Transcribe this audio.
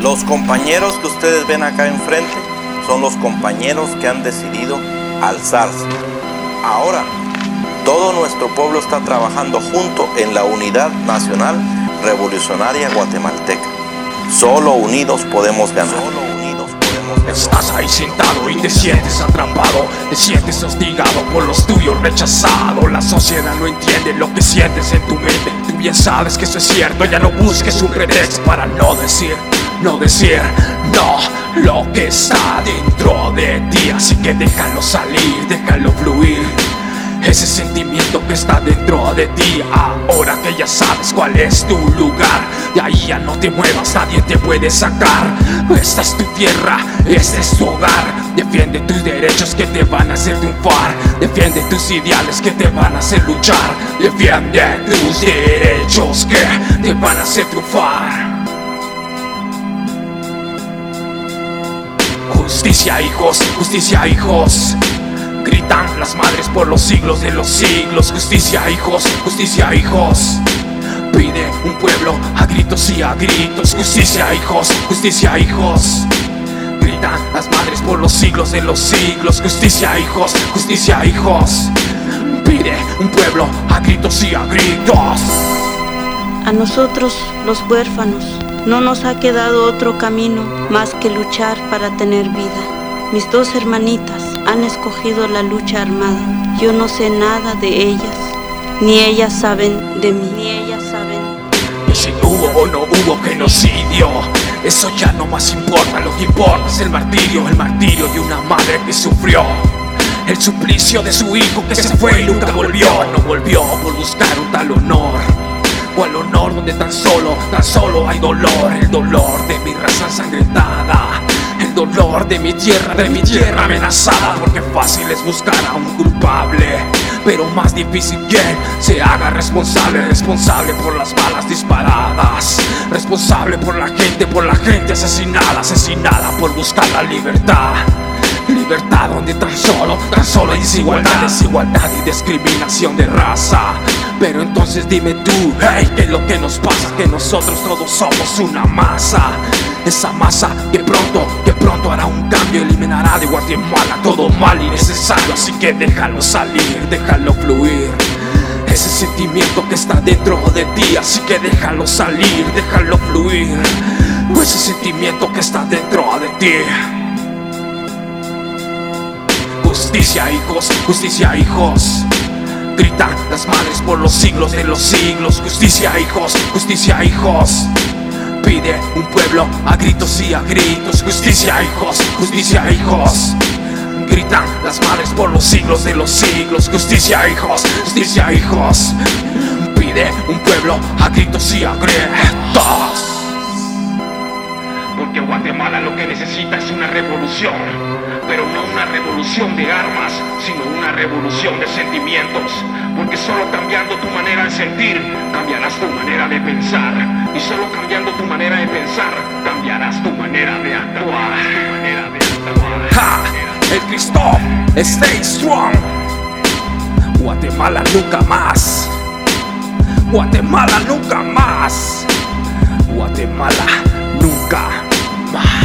Los compañeros que ustedes ven acá enfrente son los compañeros que han decidido alzarse. Ahora, todo nuestro pueblo está trabajando junto en la unidad nacional revolucionaria guatemalteca. Solo unidos podemos ganar. Estás ahí sentado y te sientes atrapado, te sientes hostigado por los tuyos, rechazado. La sociedad no entiende lo que sientes en tu mente. Tú bien sabes que eso es cierto, ya no busques un pretexto para no decir no lo que está dentro de ti. Así que déjalo salir, déjalo fluir, ese sentimiento que está dentro de ti. Ahora que ya sabes cuál es tu lugar, de ahí ya no te muevas, nadie te puede sacar. Esta es tu tierra, este es tu hogar. Defiende tus derechos que te van a hacer triunfar. Defiende tus ideales que te van a hacer luchar. Defiende tus derechos que te van a hacer triunfar. Justicia, hijos, justicia, hijos. Gritan las madres por los siglos de los siglos. Justicia, hijos, justicia, hijos. Pide un pueblo a gritos y a gritos. Justicia, hijos, justicia, hijos. Gritan las madres por los siglos de los siglos. Justicia, hijos, justicia, hijos. Pide un pueblo a gritos y a gritos. A nosotros, los huérfanos, no nos ha quedado otro camino más que luchar para tener vida. Mis dos hermanitas han escogido la lucha armada. Yo no sé nada de ellas, ni ellas saben de mí, ni ellas saben de mí. Si hubo o no hubo genocidio, eso ya no más importa. Lo que importa es el martirio de una madre que sufrió el suplicio de su hijo que se fue y nunca volvió. No volvió por buscar un tal honor, o el honor donde tan solo hay dolor. El dolor de mi raza ensangrentada, el dolor de mi tierra amenazada. Porque fácil es buscar a un culpable, pero más difícil quien se haga responsable por las balas disparadas, responsable por la gente asesinada por buscar la libertad. Libertad donde tan solo hay desigualdad y discriminación de raza. Pero entonces dime tú, hey, ¿qué es lo que nos pasa? Que nosotros todos somos una masa. Esa masa que pronto hará un cambio, eliminará de Guatemala todo mal y necesario. Así que déjalo salir, déjalo fluir, ese sentimiento que está dentro de ti. Así que déjalo salir, déjalo fluir, ese sentimiento que está dentro de ti. Justicia, hijos, justicia, hijos. Gritan las madres por los siglos de los siglos. Justicia, hijos, justicia, hijos. Pide un pueblo a gritos y a gritos. Justicia, hijos, justicia, hijos. Gritan las madres por los siglos de los siglos. Justicia, hijos, justicia, hijos. Pide un pueblo a gritos y a gritos. Porque Guatemala lo que necesita es una revolución, pero no una revolución de armas, sino una revolución de sentimientos. Porque solo cambiando tu manera de sentir, cambiarás tu manera de pensar. Y solo cambiando tu manera de pensar, cambiarás tu manera de actuar. ¡Ja! El Cristo, stay strong. Guatemala nunca más. Guatemala nunca más. Guatemala nunca más.